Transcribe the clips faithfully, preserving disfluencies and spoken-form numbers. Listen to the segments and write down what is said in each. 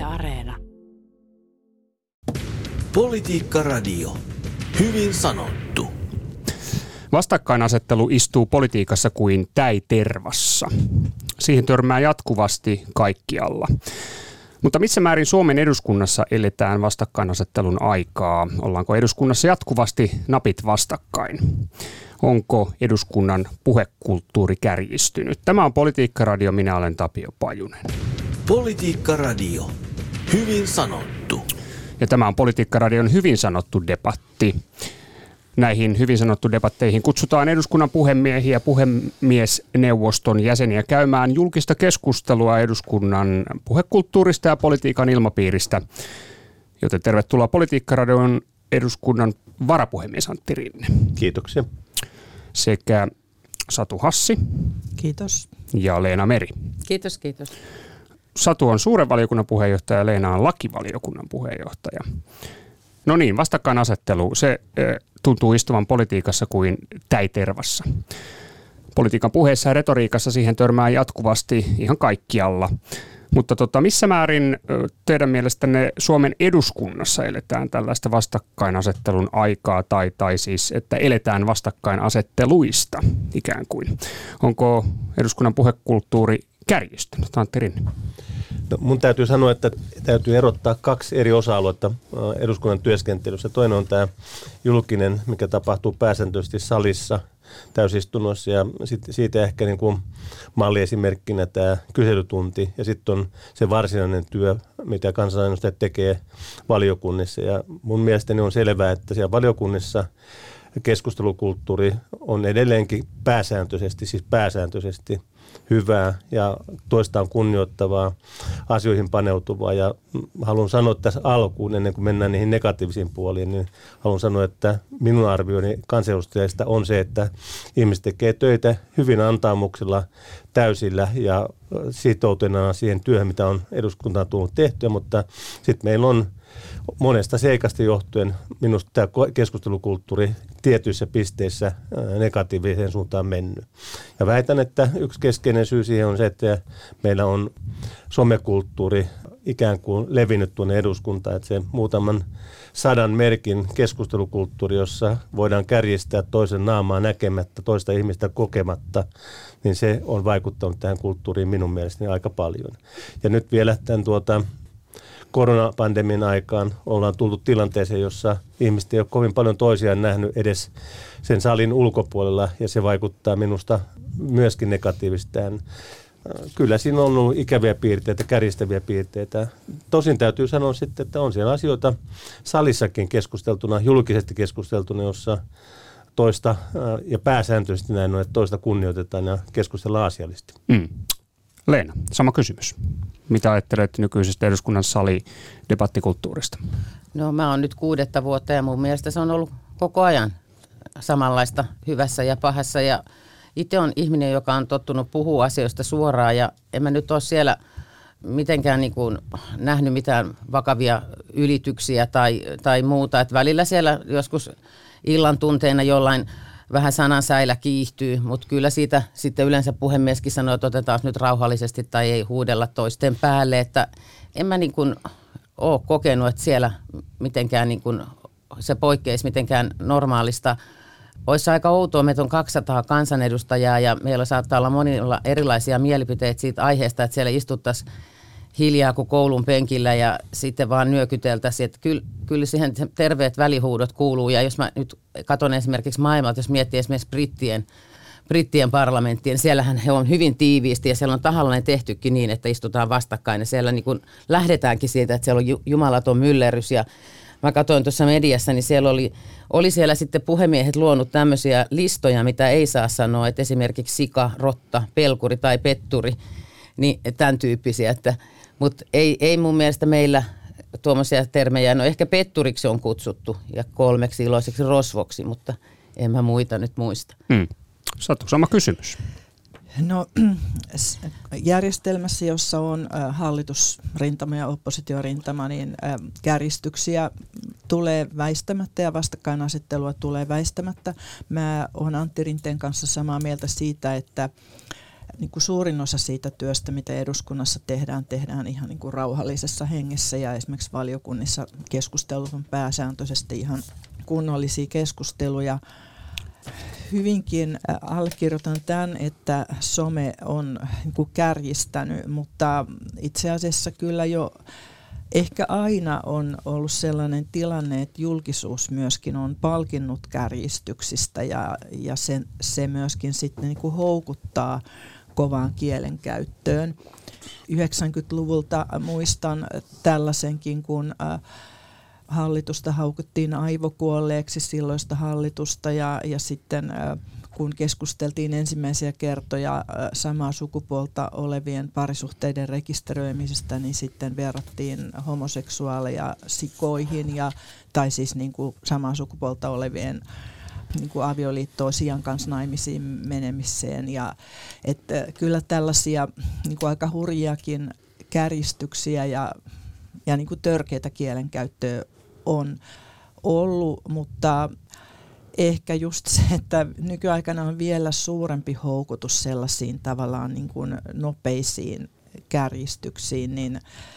Yle Areena. Politiikka Radio. Hyvin sanottu. Vastakkainasettelu istuu politiikassa kuin täi tervassa. Siihen törmää jatkuvasti kaikkialla. Mutta missä määrin Suomen eduskunnassa eletään vastakkainasettelun aikaa? Ollaanko eduskunnassa jatkuvasti napit vastakkain? Onko eduskunnan puhekulttuuri kärjistynyt? Tämä on Politiikka Radio, minä olen Tapio Pajunen. Politiikka Radio. Hyvin sanottu. Ja tämä on Politiikka Radion hyvin sanottu debatti. Näihin hyvin sanottu debatteihin kutsutaan eduskunnan puhemiehiä ja puhemiesneuvoston jäseniä käymään julkista keskustelua eduskunnan puhekulttuurista ja politiikan ilmapiiristä. Joten tervetuloa Politiikka Radion eduskunnan varapuhemies Antti Rinne. Kiitoksia. Sekä Satu Hassi. Kiitos. Ja Leena Meri. Kiitos, kiitos. Satu on suuren valiokunnan puheenjohtaja ja Leena on lakivaliokunnan puheenjohtaja. No niin, vastakkainasettelu, se e, tuntuu istuvan politiikassa kuin täi tervassa. Politiikan puheessa ja retoriikassa siihen törmää jatkuvasti ihan kaikkialla. Mutta tota, missä määrin teidän mielestänne Suomen eduskunnassa eletään tällaista vastakkainasettelun aikaa tai, tai siis, että eletään vastakkainasetteluista ikään kuin? Onko eduskunnan puhekulttuuri kärjistynyt? Antti Rinne. No, mun täytyy sanoa, että täytyy erottaa kaksi eri osa-aluetta eduskunnan työskentelyssä. Toinen on tämä julkinen, mikä tapahtuu pääsääntöisesti salissa, täysistunnossa, ja sit, siitä ehkä niin kuin malliesimerkkinä tämä kyselytunti, ja sitten on se varsinainen työ, mitä kansanedustajat tekee valiokunnissa. Ja mun mielestäni on selvää, että siellä valiokunnissa keskustelukulttuuri on edelleenkin pääsääntöisesti, siis pääsääntöisesti hyvää ja toistaan kunnioittavaa, asioihin paneutuvaa. Ja haluan sanoa tässä alkuun, ennen kuin mennään niihin negatiivisiin puoliin, niin haluan sanoa, että minun arvioni kansanedustajista on se, että ihmiset tekee töitä hyvin antaamuksilla, täysillä ja sitoutuneena siihen työhön, mitä on eduskuntaan tullut tehtyä, mutta sitten meillä on monesta seikasta johtuen minusta tämä keskustelukulttuuri tietyissä pisteissä negatiiviseen suuntaan mennyt. Ja väitän, että yksi keskeinen syy siihen on se, että meillä on somekulttuuri ikään kuin levinnyt tuonne eduskuntaan, että se muutaman sadan merkin keskustelukulttuuri, jossa voidaan kärjistää toisen naamaa näkemättä, toista ihmistä kokematta, niin se on vaikuttanut tähän kulttuuriin minun mielestäni aika paljon. Ja nyt vielä tämän tuota koronapandemian aikaan ollaan tultu tilanteeseen, jossa ihmiset ei ole kovin paljon toisiaan nähnyt edes sen salin ulkopuolella, ja se vaikuttaa minusta myöskin negatiivisesti tähän. Kyllä siinä on ollut ikäviä piirteitä, kärjistäviä piirteitä. Tosin täytyy sanoa sitten, että on siellä asioita salissakin keskusteltuna, julkisesti keskusteltuna, jossa toista, ja pääsääntöisesti näin on, että toista kunnioitetaan ja keskustellaan asiallisesti. Mm. Leena, sama kysymys. Mitä ajattelet nykyisestä eduskunnan salidebattikulttuurista? No mä oon nyt kuudetta vuotta ja mun mielestä se on ollut koko ajan samanlaista hyvässä ja pahassa. Ja itse on ihminen, joka on tottunut puhua asioista suoraan ja en mä nyt ole siellä mitenkään niin kuin nähnyt mitään vakavia ylityksiä tai, tai muuta. Et välillä siellä joskus illan tunteina jollain vähän sanansäilä kiihtyy, mutta kyllä siitä sitten yleensä puhemieskin sanoo, että otetaan nyt rauhallisesti tai ei huudella toisten päälle, että en mä niin kuin ole kokenut, että siellä mitenkään niin kuin se poikkeisi mitenkään normaalista. Olisi aika outoa, meitä on kaksisataa kansanedustajaa ja meillä saattaa olla monilla erilaisia mielipiteitä siitä aiheesta, että siellä istuttaisiin hiljaa kuin koulun penkillä ja sitten vaan nyökyteltäisiin, että kyllä, kyllä siihen terveet välihuudot kuuluu. Ja jos mä nyt katson esimerkiksi maailmalta, jos miettii esimerkiksi brittien, brittien parlamenttiin, siellähän he on hyvin tiiviisti ja siellä on tahallaan tehtykin niin, että istutaan vastakkain. Ja siellä niin kuin lähdetäänkin siitä, että siellä on jumalaton myllerrys. Ja mä katsoin tuossa mediassa, niin siellä oli, oli siellä sitten puhemiehet luonut tämmöisiä listoja, mitä ei saa sanoa, että esimerkiksi sika, rotta, pelkuri tai petturi, niin tämän tyyppisiä, että mutta ei, ei mun mielestä meillä tuommoisia termejä, no ehkä petturiksi on kutsuttu ja kolmeksi iloiseksi rosvoksi, mutta en mä muita nyt muista. Hmm. Satu, sama kysymys. No järjestelmässä, jossa on hallitusrintama ja oppositiorintama, niin kärjistyksiä tulee väistämättä ja vastakkainasettelua tulee väistämättä. Mä oon Antti Rinteen kanssa samaa mieltä siitä, että niin kuin suurin osa siitä työstä, mitä eduskunnassa tehdään, tehdään ihan niin kuin rauhallisessa hengessä ja esimerkiksi valiokunnissa keskustelut on pääsääntöisesti ihan kunnollisia keskusteluja. Hyvinkin allekirjoitan tämän, että some on niin kuin kärjistänyt, mutta itse asiassa kyllä jo ehkä aina on ollut sellainen tilanne, että julkisuus myöskin on palkinnut kärjistyksistä ja, ja se, se myöskin sitten niin kuin houkuttaa kovaan kielenkäyttöön. yhdeksänkymmentäluvulta muistan tällaisenkin, kun äh, hallitusta haukuttiin aivokuolleeksi, silloista hallitusta, ja, ja sitten äh, kun keskusteltiin ensimmäisiä kertoja äh, samaa sukupuolta olevien parisuhteiden rekisteröimisestä, niin sitten verrattiin homoseksuaaleja sikoihin, ja, tai siis niin kuin samaa sukupuolta olevien niin kuin avioliittoa sian kanssa naimisiin menemiseen. Ja, että kyllä tällaisia niin kuin aika hurjiakin kärjistyksiä ja, ja niin kuin törkeitä kielenkäyttöä on ollut, mutta ehkä just se, että nykyaikana on vielä suurempi houkutus sellaisiin tavallaan niin kuin nopeisiin kärjistyksiin, niin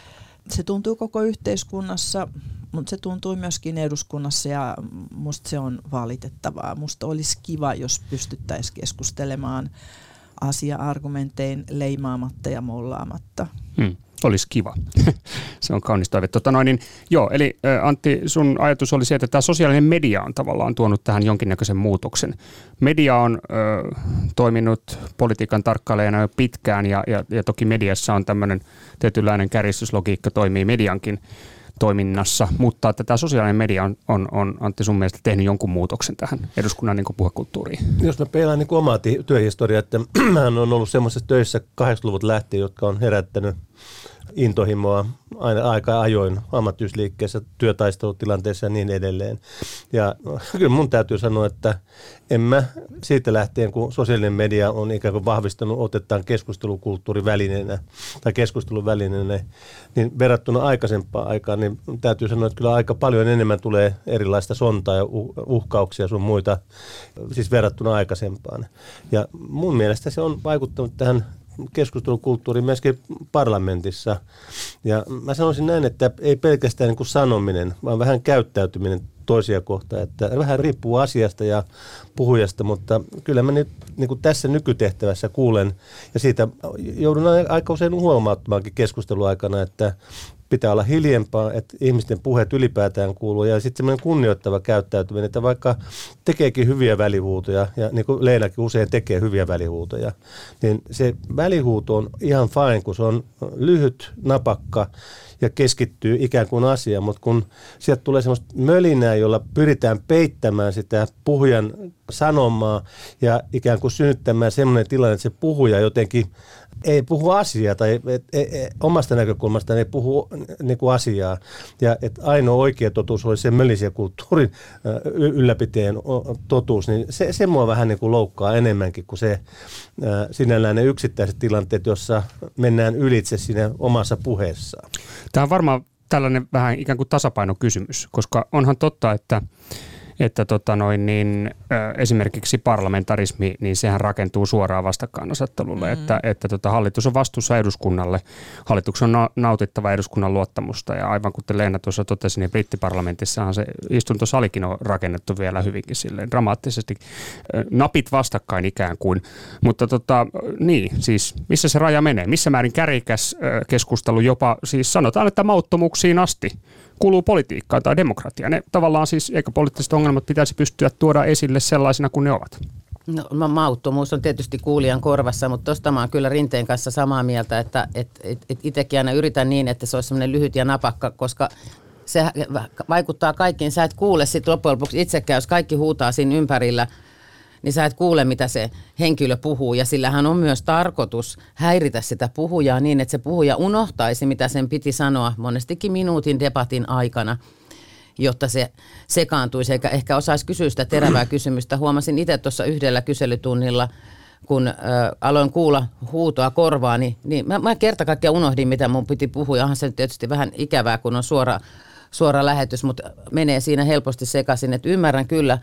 se tuntuu koko yhteiskunnassa, mutta se tuntuu myöskin eduskunnassa ja musta se on valitettavaa. Musta olisi kiva, jos pystyttäisiin keskustelemaan asia-argumentein leimaamatta ja mollaamatta. Hmm. Olisi kiva. Se on kaunis toive. Tota noin, niin, joo, eli ä, Antti, sun ajatus oli se, että tämä sosiaalinen media on tavallaan tuonut tähän jonkinnäköisen muutoksen. Media on ö, toiminut politiikan tarkkailijana jo pitkään ja, ja, ja toki mediassa on tämmöinen tietynlainen kärjistyslogiikka toimii mediankin toiminnassa, mutta että tämä sosiaalinen media on, on, on Antti sun mielestä tehnyt jonkun muutoksen tähän eduskunnan niin kuin puhekulttuuriin. Jos mä peilaan niin kuin omaa työhistoriaa, että hän on ollut semmoisessa töissä kahdeksankymmentäluvulta lähtien, jotka on herättänyt intohimoa aina aika ajoin ammattiyhdistysliikkeessä, työtaistelutilanteessa ja niin edelleen. Ja kyllä mun täytyy sanoa, että en mä siitä lähtien, kun sosiaalinen media on ikään kuin vahvistanut otetaan keskustelukulttuurivälineenä tai keskusteluvälineenä, niin verrattuna aikaisempaan aikaan, niin täytyy sanoa, että kyllä aika paljon enemmän tulee erilaista sontaa ja uhkauksia sun muita, siis verrattuna aikaisempaan. Ja mun mielestä se on vaikuttanut tähän keskustelukulttuuriin myöskin parlamentissa. Ja mä sanoisin näin, että ei pelkästään niin kuin sanominen, vaan vähän käyttäytyminen toisia kohtaan. Että vähän riippuu asiasta ja puhujasta, mutta kyllä mä nyt niin kuin tässä nykytehtävässä kuulen, ja siitä joudun aika usein huomauttamaankin keskusteluaikana, että pitää olla hiljempaa, että ihmisten puheet ylipäätään kuuluu, ja sitten semmoinen kunnioittava käyttäytyminen, että vaikka tekeekin hyviä välihuutoja, ja niin kuin Leenakin usein tekee hyviä välihuutoja, niin se välihuuto on ihan fine, kun se on lyhyt, napakka ja keskittyy ikään kuin asiaan, mutta kun sieltä tulee semmoista mölinää, jolla pyritään peittämään sitä puhujan sanomaa ja ikään kuin synnyttämään semmoinen tilanne, että se puhuja jotenkin ei puhu asiaa tai et, et, et, omasta näkökulmastaan ei puhu niin kuin asiaa. Ja että ainoa oikea totuus oli se mölisen kulttuurin ylläpiteen totuus, niin se, se mua vähän niin kuin loukkaa enemmänkin kuin se ää, sinällään ne yksittäiset tilanteet, jossa mennään ylitse siinä omassa puheessaan. Tämä on varmaan tällainen vähän ikään kuin tasapainokysymys, koska onhan totta, että että tota noin, niin, ä, esimerkiksi parlamentarismi, niin sehän rakentuu suoraan vastakkainasettelulle, mm-hmm. että, että tota, hallitus on vastuussa eduskunnalle, hallituksen on na- nautittava eduskunnan luottamusta, ja aivan kuten Leena tuossa totesi, niin brittiparlamentissahan se istuntosalikin on rakennettu vielä hyvinkin silleen dramaattisesti, ä, napit vastakkain ikään kuin, mutta tota, niin, siis missä se raja menee, missä määrin kärjikäs ä, keskustelu jopa, siis sanotaan, että mauttomuuksiin asti, kuuluu politiikkaan tai demokratiaan. Ne tavallaan siis, eikä poliittiset ongelmat pitäisi pystyä tuoda esille sellaisina kuin ne ovat? No mauttomuus on tietysti kuulijan korvassa, mutta tuosta mä oon kyllä Rinteen kanssa samaa mieltä, että et, et, et itsekin aina yritän niin, että se olisi semmoinen lyhyt ja napakka, koska se vaikuttaa kaikkiin. Sä et kuule sitten loppujen lopuksi itsekään, jos kaikki huutaa siinä ympärillä, niin sä et kuule, mitä se henkilö puhuu. Ja sillähän on myös tarkoitus häiritä sitä puhujaa niin, että se puhuja unohtaisi, mitä sen piti sanoa monestikin minuutin debatin aikana, jotta se sekaantuisi eikä ehkä osaisi kysyä sitä terävää kysymystä. Huomasin itse tuossa yhdellä kyselytunnilla, kun ö, aloin kuulla huutoa korvaani, niin mä, mä kerta kaikkiaan unohdin, mitä mun piti puhua. Onhan se tietysti vähän ikävää, kun on suora, suora lähetys, mutta menee siinä helposti sekaisin, että ymmärrän kyllä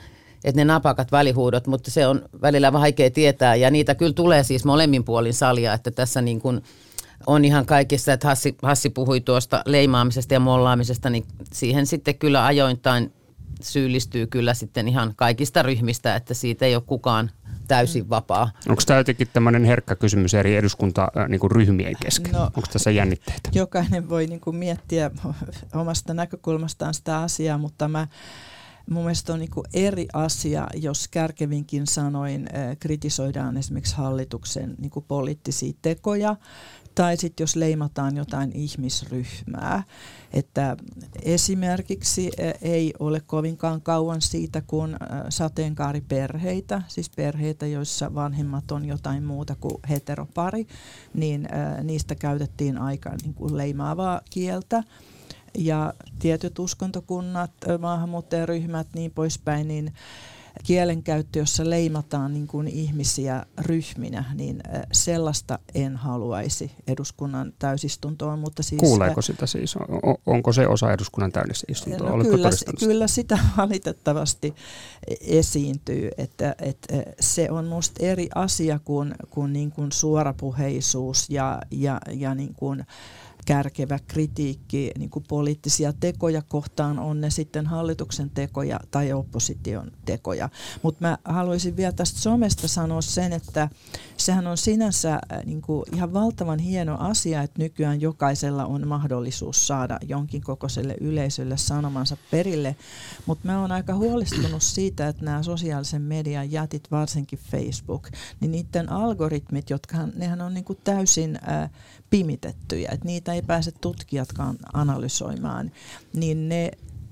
että ne napakat välihuudot, mutta se on välillä vaikea tietää ja niitä kyllä tulee siis molemmin puolin salia, että tässä niin kuin on ihan kaikissa, että Hassi, Hassi puhui tuosta leimaamisesta ja mollaamisesta, niin siihen sitten kyllä ajointain syyllistyy kyllä sitten ihan kaikista ryhmistä, että siitä ei ole kukaan täysin vapaa. Onko tämä jotenkin tämmöinen herkkä kysymys eri eduskuntaryhmien kesken? No, onko tässä jännitteitä? Jokainen voi niin kuin miettiä omasta näkökulmastaan sitä asiaa, mutta mä mun mielestä on niin kuin eri asia, jos kärkevinkin sanoin äh, kritisoidaan esimerkiksi hallituksen niin kuin poliittisia tekoja, tai sitten jos leimataan jotain ihmisryhmää. Että esimerkiksi äh, ei ole kovinkaan kauan siitä, kun äh, sateenkaariperheitä, siis perheitä, joissa vanhemmat on jotain muuta kuin heteropari, niin äh, niistä käytettiin aika niin kuin leimaavaa kieltä. Ja tietyt uskontokunnat, maahanmuuttajaryhmät, niin poispäin, niin kielenkäyttö, jossa leimataan niin kuin ihmisiä ryhminä, niin sellaista en haluaisi eduskunnan täysistuntoon. Mutta siis, kuuleeko sitä siis? Onko se osa eduskunnan täysistuntoa? No kyllä, kyllä sitä valitettavasti esiintyy, että, että se on musta eri asia kuin, kuin, niin kuin suorapuheisuus ja, ja, ja niin kuin kärkevä kritiikki niin kuin poliittisia tekoja kohtaan, on ne sitten hallituksen tekoja tai opposition tekoja. Mutta mä haluaisin vielä tästä somesta sanoa sen, että sehän on sinänsä niin kuin ihan valtavan hieno asia, että nykyään jokaisella on mahdollisuus saada jonkin kokoiselle yleisölle sanomansa perille, mutta mä oon aika huolestunut siitä, että nämä sosiaalisen median jätit, varsinkin Facebook, niin niiden algoritmit, jotka nehän on niin kuin täysin äh, pimitettyjä, että niitä ei pääse tutkijatkaan analysoimaan, niin ne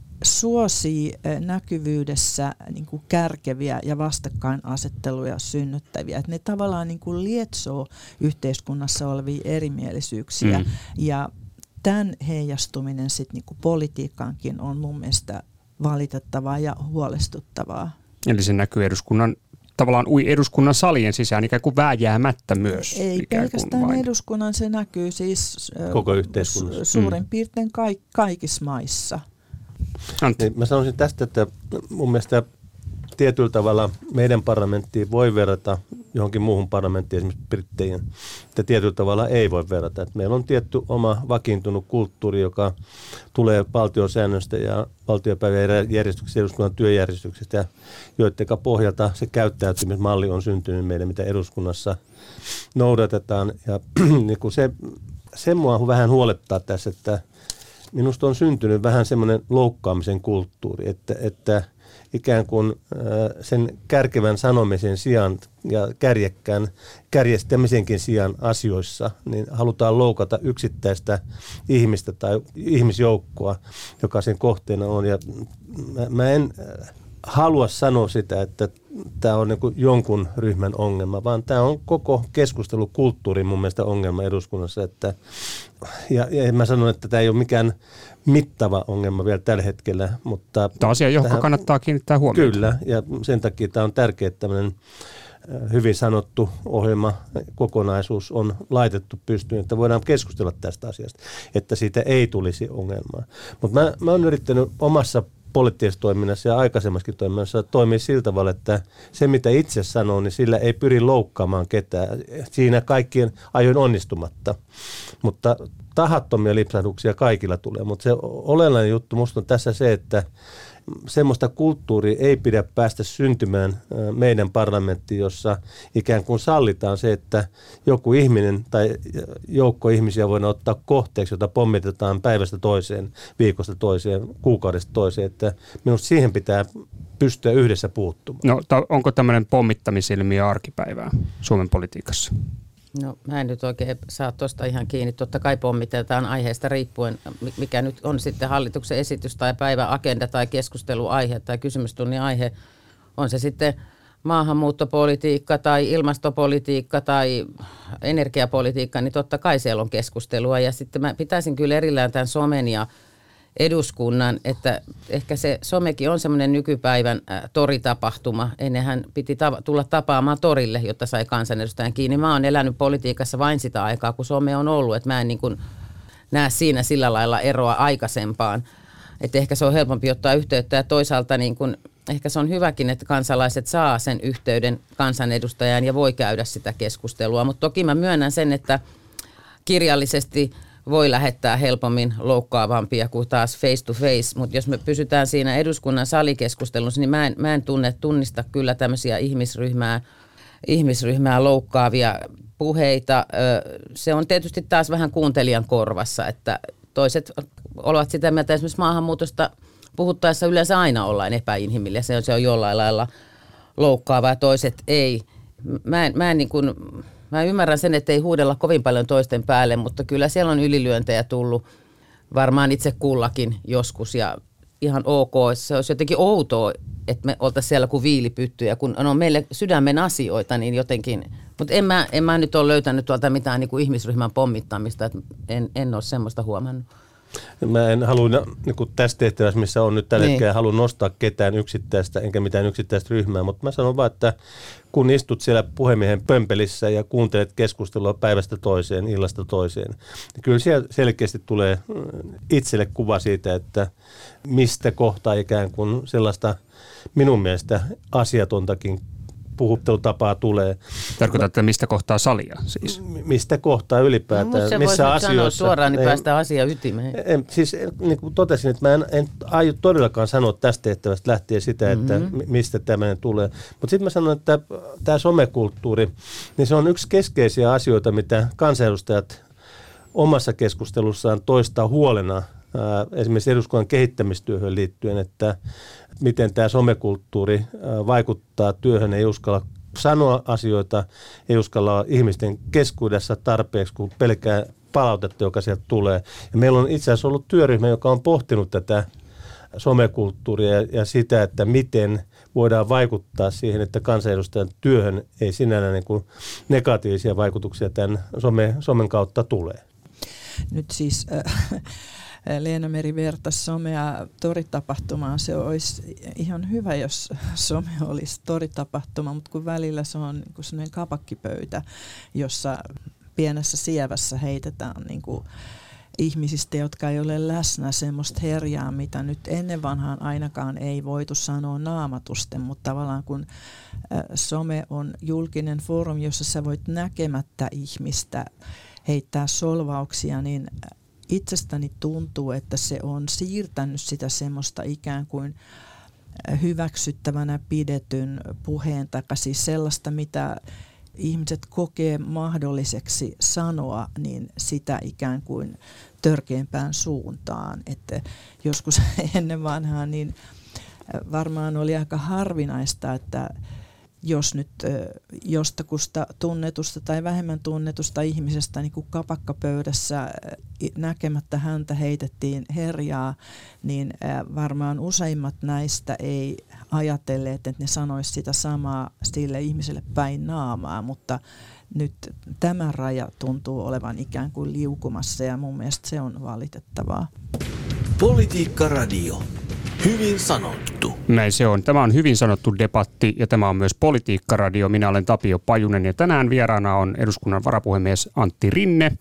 suosii näkyvyydessä niin kuin kärkeviä ja vastakkainasetteluja synnyttäviä. Että ne tavallaan niin kuin lietsoo yhteiskunnassa olevia erimielisyyksiä. Mm. Ja tämän heijastuminen sit niin kuin politiikkaankin on mun mielestä valitettavaa ja huolestuttavaa. Eli se näkyy eduskunnan tavallaan ui eduskunnan salien sisään ikään kuin vääjäämättä myös. Ei pelkästään vain eduskunnan, se näkyy siis koko yhteiskunnassa. Suurin mm. piirtein kaik, kaikissa maissa. Niin, mä sanoisin tästä, että mun mielestä tietyllä tavalla meidän parlamenttiin voi verrata johonkin muuhun parlamenttiin, esimerkiksi Britteihin, että tietyllä tavalla ei voi verrata. Että meillä on tietty oma vakiintunut kulttuuri, joka tulee valtiosäännöstä ja valtiopäivien järjestyksestä, eduskunnan työjärjestyksestä, ja joiden pohjalta se käyttäytymismalli on syntynyt meidän, mitä eduskunnassa noudatetaan. Ja niin kuin se, se mua vähän huolettaa tässä, että minusta on syntynyt vähän semmoinen loukkaamisen kulttuuri, että, että ikään kuin sen kärkevän sanomisen sijaan ja kärjekkään kärjestämisenkin sijaan asioissa, niin halutaan loukata yksittäistä ihmistä tai ihmisjoukkoa, joka sen kohteena on. Ja mä, mä en halua sanoa sitä, että tämä on niin kuin jonkun ryhmän ongelma, vaan tämä on koko keskustelukulttuurin mun mielestä ongelma eduskunnassa. Että, ja, ja mä sanon, että tämä ei ole mikään mittava ongelma vielä tällä hetkellä. Mutta tämä asia, johon tähän kannattaa kiinnittää huomiota. Kyllä, ja sen takia tämä on tärkeää, että tämmöinen hyvin sanottu ohjelma, kokonaisuus on laitettu pystyyn, että voidaan keskustella tästä asiasta, että siitä ei tulisi ongelmaa. Mutta mä, mä oon yrittänyt omassa poliittisessa toiminnassa ja aikaisemmassakin toiminnassa toimii sillä tavalla, että se mitä itse sanoo, niin sillä ei pyri loukkaamaan ketään. Siinä kaikkien ajoin onnistumatta, mutta tahattomia lipsahduksia kaikilla tulee. Mutta se olennainen juttu musta on tässä se, että semmoista kulttuuria ei pidä päästä syntymään meidän parlamenttiin, jossa ikään kuin sallitaan se, että joku ihminen tai joukko ihmisiä voidaan ottaa kohteeksi, jota pommitetaan päivästä toiseen, viikosta toiseen, kuukaudesta toiseen. Että minusta siihen pitää pystyä yhdessä puuttumaan. No, ta- onko tämmöinen pommittamisilmiö arkipäivää Suomen politiikassa? No mä en nyt oikein saa tuosta ihan kiinni. Totta kai pommitetaan aiheesta riippuen, mikä nyt on sitten hallituksen esitys tai päivän agenda tai keskusteluaihe tai kysymystunnin aihe. On se sitten maahanmuuttopolitiikka tai ilmastopolitiikka tai energiapolitiikka, niin totta kai siellä on keskustelua. Ja sitten mä pitäisin kyllä erillään tämän somen ja eduskunnan, että ehkä se somekin on semmoinen nykypäivän ä, toritapahtuma. Ennenhän piti ta- tulla tapaamaan torille, jotta sai kansanedustajan kiinni. Mä oon elänyt politiikassa vain sitä aikaa, kun some on ollut, että mä en niin kuin näe siinä sillä lailla eroa aikaisempaan. Että ehkä se on helpompi ottaa yhteyttä ja toisaalta niin kuin ehkä se on hyväkin, että kansalaiset saa sen yhteyden kansanedustajaan ja voi käydä sitä keskustelua. Mutta toki mä myönnän sen, että kirjallisesti voi lähettää helpommin loukkaavampia kuin taas face to face, mutta jos me pysytään siinä eduskunnan salikeskustelussa, niin mä en, mä en tunne, tunnista kyllä tämmöisiä ihmisryhmää, ihmisryhmää loukkaavia puheita. Se on tietysti taas vähän kuuntelijan korvassa, että toiset ovat sitä mieltä, esimerkiksi maahanmuutosta puhuttaessa yleensä aina ollaan epäinhimillisiä, se on, se on jollain lailla loukkaavaa, toiset ei. Mä en, mä en niin kuin... Mä ymmärrän sen, että ei huudella kovin paljon toisten päälle, mutta kyllä siellä on ylilyöntejä tullut varmaan itse kullakin joskus ja ihan ok. Se olisi jotenkin outoa, että me oltaisiin siellä kuin viilipyttyjä, kun on meille sydämen asioita, niin jotenkin. Mutta en mä, en mä nyt ole löytänyt tuolta mitään niin kuin ihmisryhmän pommittamista, että en, en ole semmoista huomannut. Mä en halua niin tässä tehtävässä, missä on nyt tällä niin. hetkellä, halua nostaa ketään yksittäistä, enkä mitään yksittäistä ryhmää, mutta mä sanon vaan, että kun istut siellä puhemiehen pömpelissä ja kuuntelet keskustelua päivästä toiseen, illasta toiseen, niin kyllä siellä selkeästi tulee itselle kuva siitä, että mistä kohtaa ikään kuin sellaista minun mielestä asiatontakin puhuttelutapaa tulee. Tarkoitat, että mistä kohtaa salia siis? Mistä kohtaa ylipäätään? No, se missä voisi sanoa suoraan, niin päästään asiaan ytimeen. En, siis niin kuin totesin, että mä en, en aio todellakaan sanoa tästä tehtävästä lähtien sitä, että mm-hmm. mistä tämmöinen tulee. Mutta sitten mä sanon, että tämä somekulttuuri, niin se on yksi keskeisiä asioita, mitä kansanedustajat omassa keskustelussaan toistaa huolena esimerkiksi eduskunnan kehittämistyöhön liittyen, että miten tämä somekulttuuri vaikuttaa työhön, ei uskalla sanoa asioita, ei uskalla ihmisten keskuudessa tarpeeksi, kun pelkää palautetta, joka sieltä tulee. Ja meillä on itse asiassa ollut työryhmä, joka on pohtinut tätä somekulttuuria ja sitä, että miten voidaan vaikuttaa siihen, että kansanedustajan työhön ei sinällään niin kuin negatiivisia vaikutuksia tämän some, somen kautta tulee. Nyt siis... Äh, Leena Meri vertasi somea toritapahtumaan. Se olisi ihan hyvä, jos some olisi toritapahtuma, mutta kun välillä se on niin kuin sellainen kapakkipöytä, jossa pienessä sievässä heitetään niin kuin ihmisistä, jotka ei ole läsnä, semmoista herjaa, mitä nyt ennen vanhaan ainakaan ei voitu sanoa naamatusten, mutta tavallaan kun some on julkinen foorumi, jossa sä voit näkemättä ihmistä heittää solvauksia, niin itsestäni tuntuu, että se on siirtänyt sitä semmoista ikään kuin hyväksyttävänä pidetyn puheen, tai siis sellaista, mitä ihmiset kokee mahdolliseksi sanoa, niin sitä ikään kuin törkeämpään suuntaan. Että joskus ennen vanhaa niin varmaan oli aika harvinaista, että jos nyt jostakusta tunnetusta tai vähemmän tunnetusta ihmisestä niin kuin kapakkapöydässä näkemättä häntä heitettiin herjaa, niin varmaan useimmat näistä ei ajatelleet, että ne sanoisi sitä samaa sille ihmiselle päin naamaa, mutta nyt tämä raja tuntuu olevan ikään kuin liukumassa ja mun mielestä se on valitettavaa. Politiikka Radio. Hyvin sanottu. Näin se on. Tämä on Hyvin sanottu debatti ja tämä on myös Politiikka-radio. Minä olen Tapio Pajunen ja tänään vieraana on eduskunnan varapuhemies Antti Rinne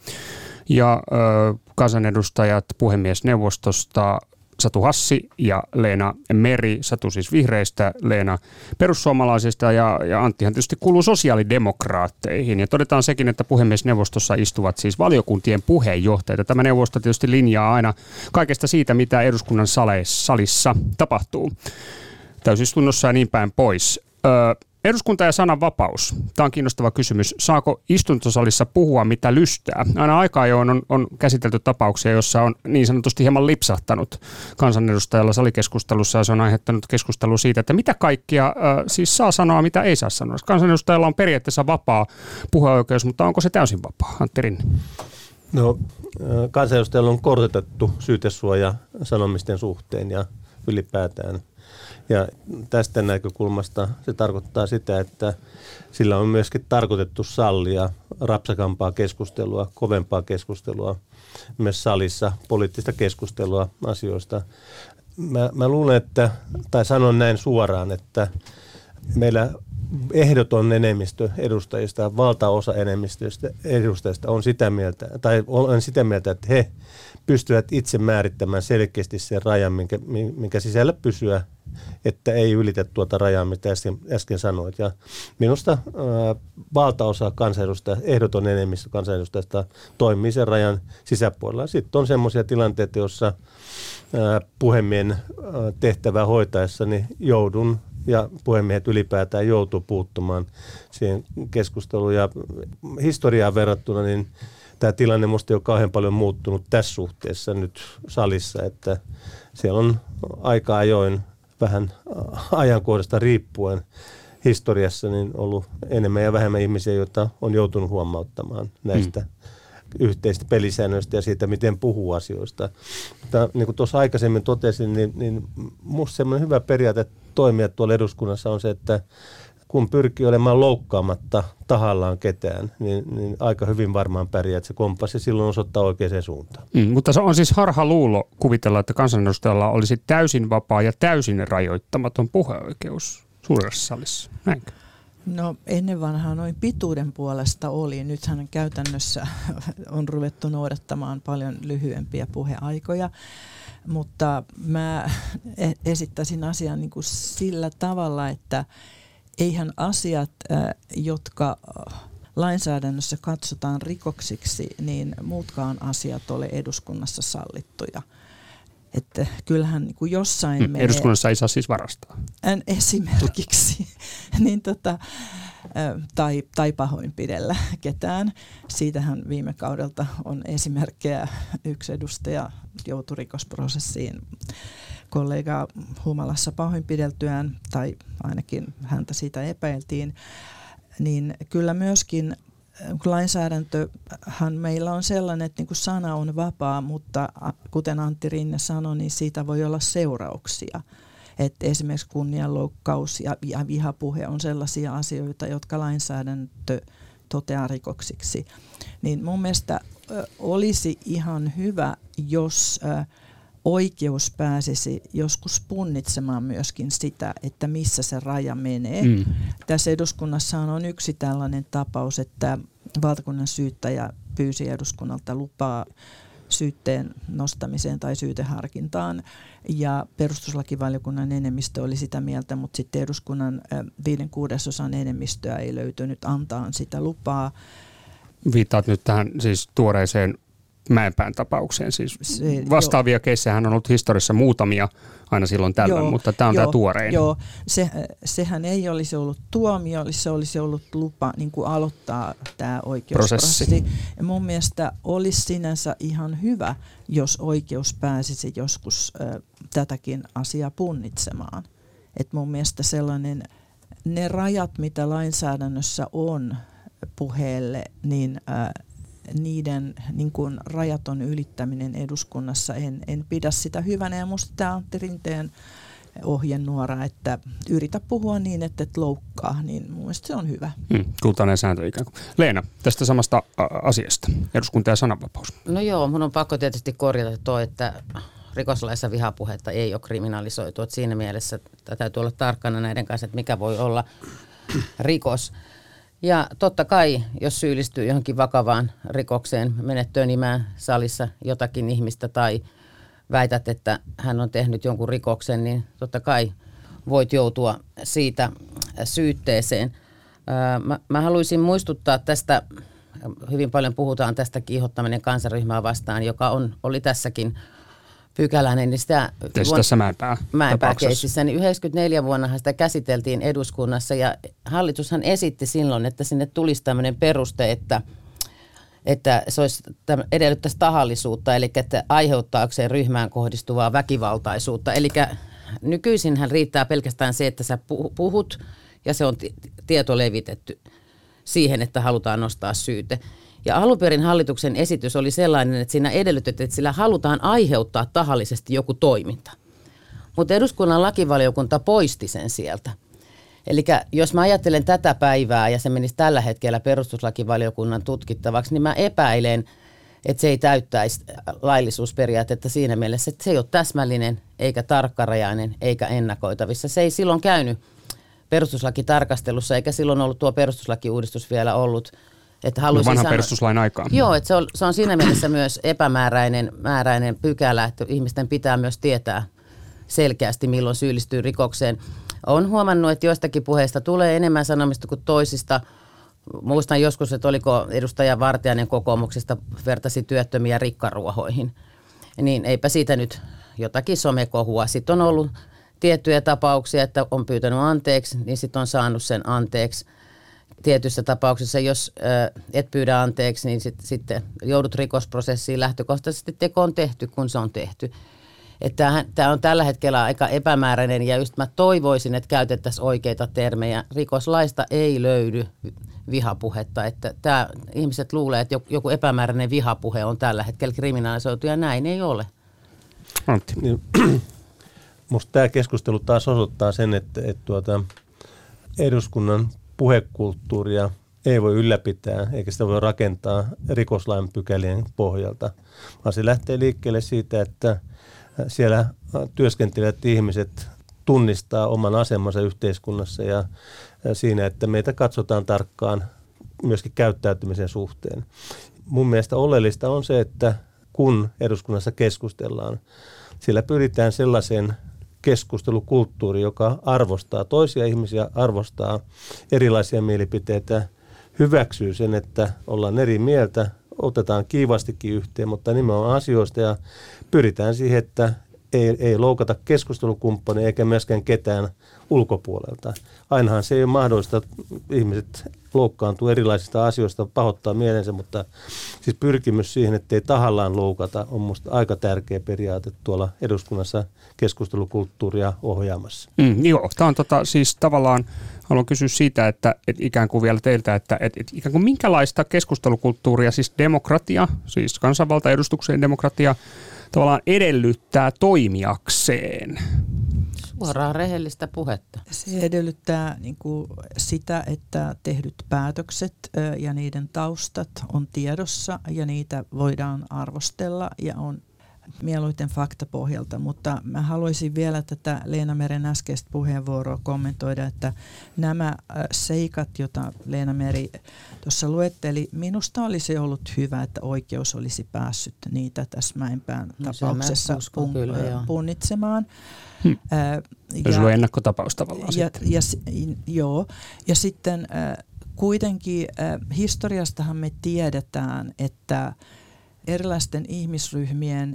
ja ö, kansanedustajat puhemiesneuvostosta Satu Hassi ja Leena Meri. Satu siis vihreistä, Leena perussuomalaisista ja, ja Anttihan tietysti kuuluu sosiaalidemokraatteihin. Ja todetaan sekin, että puhemiesneuvostossa istuvat siis valiokuntien puheenjohtajat. Tämä neuvosto tietysti linjaa aina kaikesta siitä, mitä eduskunnan salissa tapahtuu. Täysistunnossa ja niin päin pois. Öö, Eduskunta ja sananvapaus. Tämä on kiinnostava kysymys. Saako istuntosalissa puhua mitä lystää? Aina aikaa jo on, on käsitelty tapauksia, jossa on niin sanotusti hieman lipsahtanut kansanedustajalla salikeskustelussa ja se on aiheuttanut keskustelua siitä, että mitä kaikkia äh, siis saa sanoa, mitä ei saa sanoa. Kansanedustajalla on periaatteessa vapaa puheoikeus, mutta onko se täysin vapaa? Antti Rinne. No, kansanedustajalla on korotettu syytesuoja sanomisten suhteen ja ylipäätään. Ja tästä näkökulmasta se tarkoittaa sitä, että sillä on myöskin tarkoitettu sallia rapsakampaa keskustelua, kovempaa keskustelua myös salissa, poliittista keskustelua asioista. Mä, mä luulen, että, tai sanon näin suoraan, että meillä ehdoton enemmistö edustajista, valtaosa enemmistöistä edustajista on sitä mieltä, tai olen sitä mieltä, että he pystyvät itse määrittämään selkeästi sen rajan, minkä, minkä sisällä pysyä että ei ylitä tuota rajaa, mitä äsken, äsken sanoit. Ja minusta ää, valtaosa kansanedustajista, ehdoton enemmistö kansanedustajista toimii sen rajan sisäpuolella. Sitten on semmoisia tilanteita, joissa ää, puhemiehen ää, tehtävää hoitaessa niin joudun ja puhemiehet ylipäätään joutuu puuttumaan siihen keskusteluun. Ja historiaan verrattuna, niin tämä tilanne musta ei ole kauhean paljon muuttunut tässä suhteessa nyt salissa, että siellä on aika ajoin vähän ajankohdasta riippuen historiassa niin ollut enemmän ja vähemmän ihmisiä, joita on joutunut huomauttamaan näistä hmm. yhteistä pelisäännöistä ja siitä, miten puhuu asioista. Mutta niin kuin tuossa aikaisemmin totesin, niin, niin musta semmoinen hyvä periaate toimia tuolla eduskunnassa on se, että kun pyrkii olemaan loukkaamatta tahallaan ketään, niin, niin aika hyvin varmaan pärjää, että se kompassi silloin osoittaa oikeaan suuntaan. Mm, mutta se on siis harha luulo kuvitella, että kansanedustajalla olisi täysin vapaa ja täysin rajoittamaton puheoikeus suuressa salissa. Näinkö? No ennen vanhaa noin pituuden puolesta oli. Nythän käytännössä on ruvettu noudattamaan paljon lyhyempiä puheaikoja. Mutta mä esittäisin asian niin kuin sillä tavalla, että eihän asiat, jotka lainsäädännössä katsotaan rikoksiksi, niin muutkaan asiat ole eduskunnassa sallittuja. Että kyllähän niin kuin jossain hmm, menee... Eduskunnassa ei saa siis varastaa. Esimerkiksi. niin tota, tai, tai pahoinpidellä ketään. Siitähän viime kaudelta on esimerkkejä. Yksi edustaja joutui rikosprosessiin kollegaa humalassa pahoinpideltyään, tai ainakin häntä siitä epäiltiin, niin kyllä myöskin lainsäädäntöhän meillä on sellainen, että niin kuin sana on vapaa, mutta kuten Antti Rinne sanoi, niin siitä voi olla seurauksia. Että esimerkiksi kunnianloukkaus ja, ja vihapuhe on sellaisia asioita, jotka lainsäädäntö toteaa rikoksiksi. Niin mun mielestä ö, olisi ihan hyvä, jos ö, oikeus pääsisi joskus punnitsemaan myöskin sitä, että missä se raja menee. Mm. Tässä eduskunnassa on yksi tällainen tapaus, että valtakunnan syyttäjä pyysi eduskunnalta lupaa syytteen nostamiseen tai syyteharkintaan, ja perustuslakivaliokunnan enemmistö oli sitä mieltä, mutta sitten eduskunnan viiden kuudesosan enemmistöä ei löytynyt antaa sitä lupaa. Viittaat nyt tähän siis tuoreeseen Mäenpään tapaukseen. Siis se, vastaavia jo. Keissejähän on ollut historiassa muutamia aina silloin tällöin, joo, mutta tämä on jo, tämä tuorein. Joo, se, sehän ei olisi ollut tuomio, se olisi ollut lupa niin kuin aloittaa tämä oikeusprosessi. Prosessi. Ja mun mielestä olisi sinänsä ihan hyvä, jos oikeus pääsisi joskus äh, tätäkin asiaa punnitsemaan. Et mun mielestä sellainen, ne rajat, mitä lainsäädännössä on puheelle, niin äh, niiden niin kuin rajaton ylittäminen eduskunnassa, en, en pidä sitä hyvänä. Ja musta tämä Antti Rinteen ohjenuora, että yritä puhua niin, että et loukkaa, niin mun mielestä se on hyvä. Hmm, kultainen sääntö ikään kuin. Leena, tästä samasta asiasta, eduskunta ja sananvapaus. No joo, mun on pakko tietysti korjata tuo, että rikoslaissa vihapuhetta ei ole kriminalisoitu. Että siinä mielessä täytyy olla tarkkana näiden kanssa, että mikä voi olla rikos. Ja totta kai, jos syyllistyy johonkin vakavaan rikokseen, menet tönimään salissa jotakin ihmistä tai väität, että hän on tehnyt jonkun rikoksen, niin totta kai voit joutua siitä syytteeseen. Mä, mä haluaisin muistuttaa tästä, hyvin paljon puhutaan tästä kiihottaminen kansanryhmää vastaan, joka on, oli tässäkin pykäläinen. Niin sitä vuonna, tässä Mäenpää Mäenpää-keississä, niin yhdeksänkymmentäneljä vuonna sitä käsiteltiin eduskunnassa ja hallitushan esitti silloin, että sinne tulisi tämmöinen peruste, että, että se olisi, edellyttäisi tahallisuutta, eli että aiheuttaakseen ryhmään kohdistuvaa väkivaltaisuutta. Eli nykyisinhän riittää pelkästään se, että sä puhut ja se on tieto levitetty siihen, että halutaan nostaa syyte. Ja alunperin hallituksen esitys oli sellainen, että siinä edellytettiin, että sillä halutaan aiheuttaa tahallisesti joku toiminta. Mutta eduskunnan lakivaliokunta poisti sen sieltä. Eli jos mä ajattelen tätä päivää ja se menisi tällä hetkellä perustuslakivaliokunnan tutkittavaksi, niin mä epäilen, että se ei täyttäisi laillisuusperiaatetta siinä mielessä, että se ei ole täsmällinen, eikä tarkkarajainen, eikä ennakoitavissa. Se ei silloin käynyt perustuslakitarkastelussa, eikä silloin ollut tuo perustuslakiuudistus vielä ollut. Että no vanhan sanoa, perustuslain aikaan. Joo, että se on, se on siinä mielessä myös epämääräinen määräinen pykälä, että ihmisten pitää myös tietää, selkeästi, milloin syyllistyy rikokseen. Olen huomannut, että joistakin puheista tulee enemmän sanomista kuin toisista. Muistan joskus, että oliko edustaja Vartiainen kokoomuksesta vertasi työttömiä rikkaruohoihin. Niin eipä siitä nyt jotakin somekohua. Sitten on ollut tiettyjä tapauksia, että on pyytänyt anteeksi, niin sitten on saanut sen anteeksi. Tietyissä tapauksissa, jos äh, et pyydä anteeksi, niin sit, sitten joudut rikosprosessiin. Lähtökohtaisesti teko on tehty, kun se on tehty. Tämä on tällä hetkellä aika epämääräinen ja just mä toivoisin, että käytettäisiin oikeita termejä. Rikoslaista ei löydy vihapuhetta. Että tää, ihmiset luulee, että joku epämääräinen vihapuhe on tällä hetkellä kriminalisoitu ja näin ei ole. Antti. Niin, musta tämä keskustelu taas osoittaa sen, että, että tuota, eduskunnan puhekulttuuria ei voi ylläpitää, eikä sitä voi rakentaa rikoslain pykälien pohjalta, vaan se lähtee liikkeelle siitä, että siellä työskentelevät ihmiset tunnistaa oman asemansa yhteiskunnassa ja siinä, että meitä katsotaan tarkkaan myöskin käyttäytymisen suhteen. Mun mielestä oleellista on se, että kun eduskunnassa keskustellaan, sillä pyritään sellaiseen keskustelukulttuuriin, joka arvostaa toisia ihmisiä, arvostaa erilaisia mielipiteitä, hyväksyy sen, että ollaan eri mieltä, otetaan kiivastikin yhteen, mutta nimenomaan asioista ja pyritään siihen, että ei, ei loukata keskustelukumppania eikä myöskään ketään ulkopuolelta. Ainahan se ei ole mahdollista, ihmiset loukkaantuu erilaisista asioista, pahoittaa mielensä, mutta siis pyrkimys siihen, että ei tahallaan loukata, on minusta aika tärkeä periaate tuolla eduskunnassa keskustelukulttuuria ohjaamassa. Mm, joo, tämä on tota, siis tavallaan, haluan kysyä siitä, että, että ikään kuin vielä teiltä, että, että, että ikään kuin minkälaista keskustelukulttuuria, siis demokratia, siis kansanvalta, edustuksen demokratia, tavallaan edellyttää toimijakseen? Suoraan rehellistä puhetta. Se edellyttää niin kuin sitä, että tehdyt päätökset ja niiden taustat on tiedossa ja niitä voidaan arvostella ja on mieluiten faktapohjalta, mutta mä haluaisin vielä tätä Leena Meren äskeistä puheenvuoroa kommentoida, että nämä seikat, joita Leena Meri tuossa luetteli, minusta olisi ollut hyvä, että oikeus olisi päässyt niitä tässä Mäenpään no, tapauksessa uskon, pun- kyllä, punnitsemaan. Hmm. Se olisi ollut ennakkotapaus tavallaan ja, sitten. ja, joo, ja sitten äh, kuitenkin äh, historiastahan me tiedetään, että erilaisten ihmisryhmien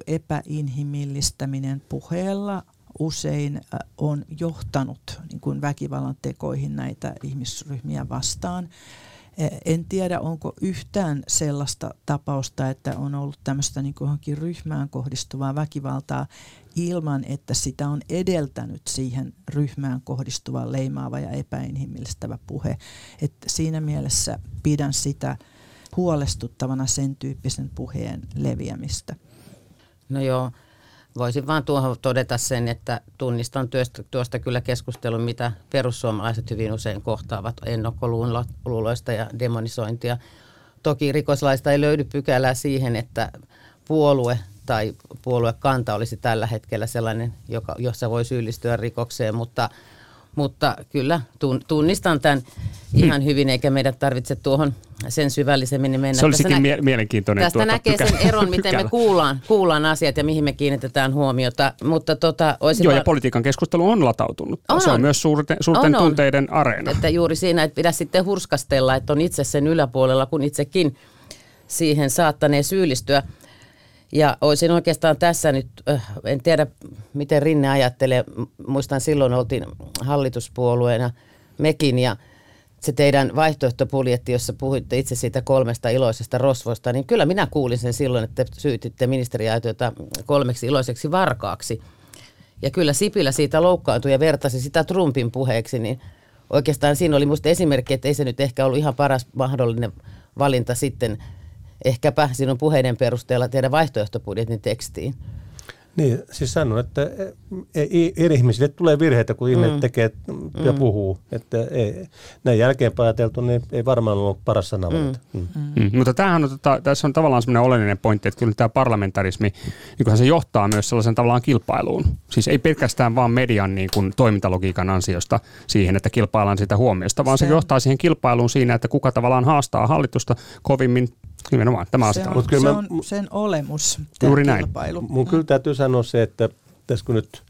epäinhimillistäminen puheella usein on johtanut niin kuin väkivallan tekoihin näitä ihmisryhmiä vastaan. En tiedä, onko yhtään sellaista tapausta, että on ollut tämmöistä niin kuin johonkin ryhmään kohdistuvaa väkivaltaa ilman, että sitä on edeltänyt siihen ryhmään kohdistuva leimaava ja epäinhimillistävä puhe. Että siinä mielessä pidän sitä huolestuttavana sen tyyppisen puheen leviämistä. No joo, voisin vaan tuohon todeta sen, että tunnistan tuosta, tuosta kyllä keskustelun, mitä perussuomalaiset hyvin usein kohtaavat ennakkoluuloista ja demonisointia. Toki rikoslaista ei löydy pykälää siihen, että puolue tai puoluekanta olisi tällä hetkellä sellainen, joka, jossa voi syyllistyä rikokseen, mutta Mutta kyllä tunnistan tämän ihan hyvin, eikä meidän tarvitse tuohon sen syvällisemmin mennä. Se olisikin nä- mie- mielenkiintoinen. Tästä tuota näkee pykälä. sen eron, miten pykälä. me kuullaan, kuullaan asiat ja mihin me kiinnitetään huomiota. Mutta tota, Joo, va- ja politiikan keskustelu on latautunut. On, se on on. myös suurten, suurten on, on. tunteiden areena. Että juuri siinä, että pidä sitten hurskastella, että on itse sen yläpuolella, kun itsekin siihen saattanee syyllistyä. Ja olisin oikeastaan tässä nyt, en tiedä miten Rinne ajattelee, muistan silloin oltiin hallituspuolueena mekin ja se teidän vaihtoehtobudjetti, jossa puhuitte itse siitä kolmesta iloisesta rosvosta, niin kyllä minä kuulin sen silloin, että syytitte ministeriaitiota kolmeksi iloiseksi varkaaksi. Ja kyllä Sipilä siitä loukkaantui ja vertasi sitä Trumpin puheeksi, niin oikeastaan siinä oli musta esimerkki, että ei se nyt ehkä ollut ihan paras mahdollinen valinta sitten ehkäpä sinun puheiden perusteella tehdä vaihtoehtobudjetin tekstiin. Niin, siis sanon, että eri ihmisille tulee virheitä, kun ihmiset mm. tekee ja mm. puhuu. Että ei, näin jälkeenpäin ajateltu, niin ei varmaan ollut paras sanavalinta. Mm. Mm. Mm. Mutta tämähän on, tota, tässä on tavallaan sellainen oleellinen pointti, että kyllä tämä parlamentarismi, niin se johtaa myös sellaisen tavallaan kilpailuun. Siis ei pelkästään vaan median niin kuin toimintalogiikan ansiosta siihen, että kilpaillaan sitä huomiosta, vaan se, se johtaa siihen kilpailuun siinä, että kuka tavallaan haastaa hallitusta kovimmin. Nimenomaan tämä se asia. on, kyllä se mä, on sen olemus, juuri näin. kilpailu. Mun kyllä täytyy sanoa se, että tässä kun nyt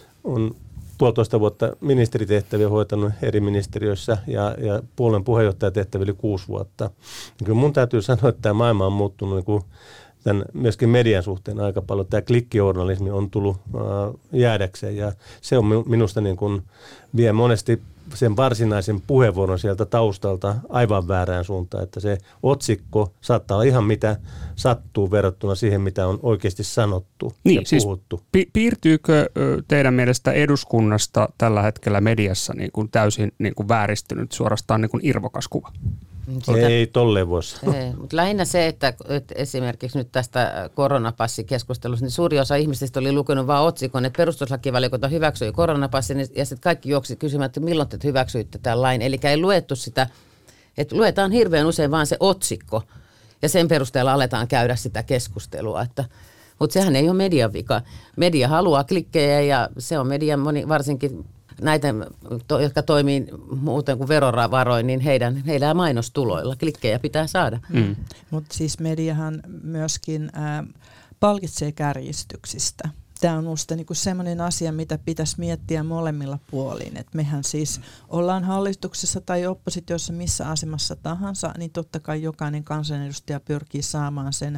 on puolitoista vuotta ministeritehtäviä hoitanut eri ministeriöissä ja, ja puolueen puheenjohtajatehtäviä yli kuusi vuotta, niin kyllä mun täytyy sanoa, että tämä maailma on muuttunut niin kuin tämän myöskin median suhteen aika paljon. Tämä klikkijournalismi on tullut äh, jäädäkseen ja se on minusta niin kuin vie monesti sen varsinaisen puheenvuoron sieltä taustalta aivan väärään suuntaan, että se otsikko saattaa olla ihan mitä sattuu verrattuna siihen, mitä on oikeasti sanottu niin, ja siis puhuttu. Pi- piirtyykö teidän mielestä eduskunnasta tällä hetkellä mediassa niin kuin täysin niin kuin vääristynyt, suorastaan niin kuin irvokas kuva? Sitä, ei tolleen voi sanoa. Ei, mutta lähinnä se, että, että esimerkiksi nyt tästä koronapassikeskustelusta, niin suuri osa ihmisistä oli lukenut vain otsikon, että perustuslakivaliokunta hyväksyi koronapassin ja sitten kaikki juoksi kysymään, että milloin te hyväksyitte tämän lain. Eli ei luettu sitä, että luetaan hirveän usein vaan se otsikko ja sen perusteella aletaan käydä sitä keskustelua, että mutta sehän ei ole median vika. Media haluaa klikkejä ja se on median moni, varsinkin näitä, jotka toimii muuten kuin verovaroin, niin heidän, heidän mainostuloilla klikkejä pitää saada. Mm. Mutta siis mediahan myöskin ää, palkitsee kärjistyksistä. Tämä on minusta niinku sellainen asia, mitä pitäisi miettiä molemmilla puolin. Et mehän siis ollaan hallituksessa tai oppositiossa missä asemassa tahansa, niin totta kai jokainen kansanedustaja pyrkii saamaan sen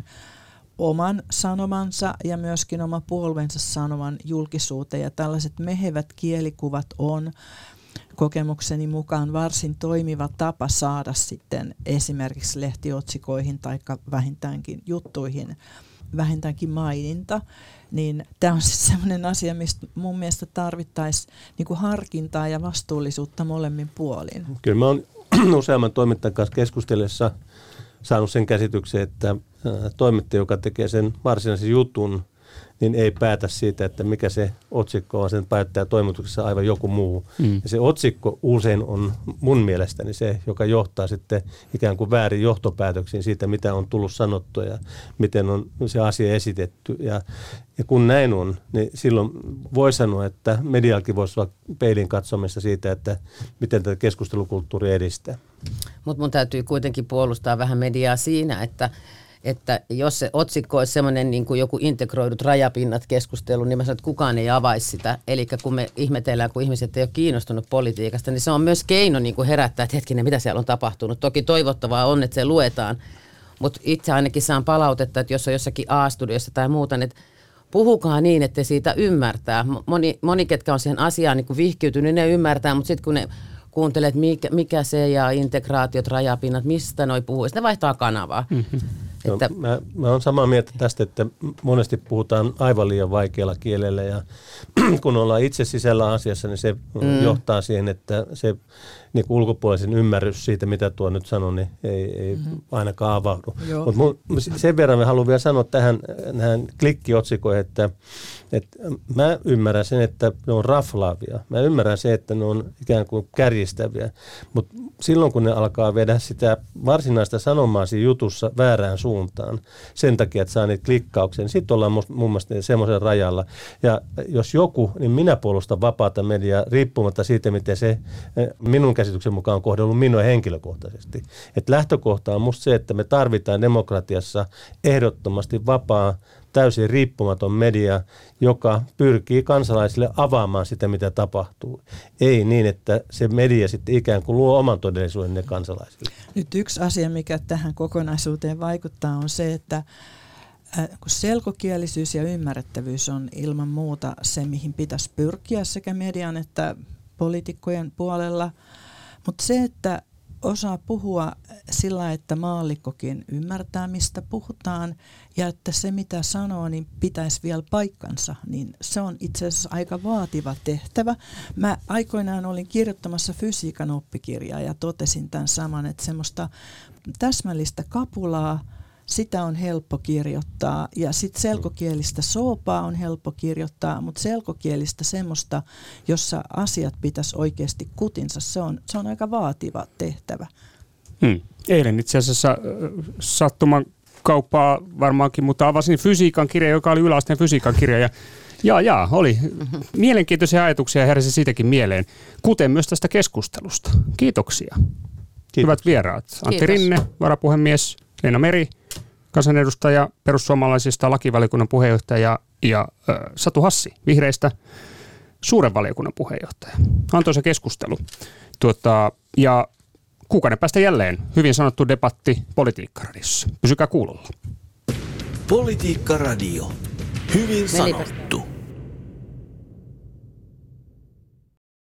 oman sanomansa ja myöskin oma puolueensa sanoman julkisuuteen. Ja tällaiset mehevät kielikuvat on kokemukseni mukaan varsin toimiva tapa saada sitten esimerkiksi lehtiotsikoihin tai vähintäänkin juttuihin vähintäänkin maininta. Niin tämä on siis sellainen asia, mistä mun mielestä tarvittaisiin niinku harkintaa ja vastuullisuutta molemmin puolin. Kyllä mä oon useamman toimittajan kanssa keskustellessa saanut sen käsityksen, että toimittaja, joka tekee sen varsinaisen jutun, niin ei päätä siitä, että mikä se otsikko on, sen päättää toimituksessa aivan joku muu. Mm. Ja se otsikko usein on mun mielestäni se, joka johtaa sitten ikään kuin väärin johtopäätöksiin siitä, mitä on tullut sanottua ja miten on se asia esitetty. Ja, ja kun näin on, niin silloin voi sanoa, että mediallakin voisi olla peilin katsomista siitä, että miten tätä keskustelukulttuuria edistää. Mutta mun täytyy kuitenkin puolustaa vähän mediaa siinä, että että jos se otsikko olisi semmoinen niin kuin joku integroidut rajapinnat keskustelu, niin mä sanon, että kukaan ei avaisi sitä. Eli kun me ihmetellään, kun ihmiset ei ole kiinnostunut politiikasta, niin se on myös keino niin kuin herättää, että hetkinen, mitä siellä on tapahtunut. Toki toivottavaa on, että se luetaan, mutta itse ainakin saan palautetta, että jos on jossakin A-studiossa tai muuta, että puhukaa niin, että siitä ymmärtää. Moni, moni ketkä on siihen asiaan niin kuin vihkiytynyt, ne ymmärtää, mutta sitten kun ne kuuntelee, että mikä, mikä se ja integraatiot, rajapinnat, mistä noi puhuu, sitten ne vaihtaa kanavaa. Mm-hmm. Että no, mä, mä olen samaa mieltä tästä, että monesti puhutaan aivan liian vaikealla kielellä ja kun ollaan itse sisällä asiassa, niin se mm. johtaa siihen, että se niin ulkopuolisen ymmärrys siitä, mitä tuo nyt sanon, niin ei, ei mm-hmm. ainakaan avaudu. Mutta sen verran mä haluan vielä sanoa tähän näihin klikkiotsikoihin, että, että mä ymmärrän sen, että ne on raflaavia. Mä ymmärrän sen, että ne on ikään kuin kärjistäviä, mutta silloin kun ne alkaa vedä sitä varsinaista sanomaa siinä jutussa väärään suuntaan, sen takia, että saa niitä klikkauksia, niin sitten ollaan mun mielestä semmoisen rajalla. Ja jos joku, niin minä puolustan vapaata mediaa riippumatta siitä, miten se minun käsityksen mukaan on kohdellut minua henkilökohtaisesti. Et lähtökohta on musta se, että me tarvitaan demokratiassa ehdottomasti vapaa, täysin riippumaton media, joka pyrkii kansalaisille avaamaan sitä, mitä tapahtuu. Ei niin, että se media sitten ikään kuin luo oman todellisuuden ne kansalaisille. Nyt yksi asia, mikä tähän kokonaisuuteen vaikuttaa, on se, että kun selkokielisyys ja ymmärrettävyys on ilman muuta se, mihin pitäisi pyrkiä sekä median että poliitikkojen puolella, mutta se, että osaa puhua sillä, että maallikkokin ymmärtää, mistä puhutaan, ja että se, mitä sanoo, niin pitäisi vielä paikkansa, niin se on itse asiassa aika vaativa tehtävä. Mä aikoinaan olin kirjoittamassa fysiikan oppikirjaa ja totesin tämän saman, että semmoista täsmällistä kapulaa, sitä on helppo kirjoittaa ja sitten selkokielistä soopaa on helppo kirjoittaa, mutta selkokielistä semmoista, jossa asiat pitäisi oikeasti kutinsa, se on, se on aika vaativa tehtävä. Hmm. Eilen itse asiassa sattuman kauppaa varmaankin, mutta avasin fysiikan kirja, joka oli yläasteen fysiikan kirja ja Jaa, jaa, oli mielenkiintoisia ajatuksia ja heräsi siitäkin mieleen, kuten myös tästä keskustelusta. Kiitoksia. Kiitos. Hyvät vieraat. Antti Kiitos. Rinne, varapuhemies, Leena Meri, kansanedustaja perussuomalaisista, lakivaliokunnan puheenjohtaja ja äh, Satu Hassi vihreistä, suuren valiokunnan puheenjohtaja. Antoisa keskustelu. Tuota, ja kuukauden päästä jälleen hyvin sanottu debatti Politiikka-radiossa. Pysykää kuulolla. Politiikka-radio. Hyvin Menipäs. sanottu.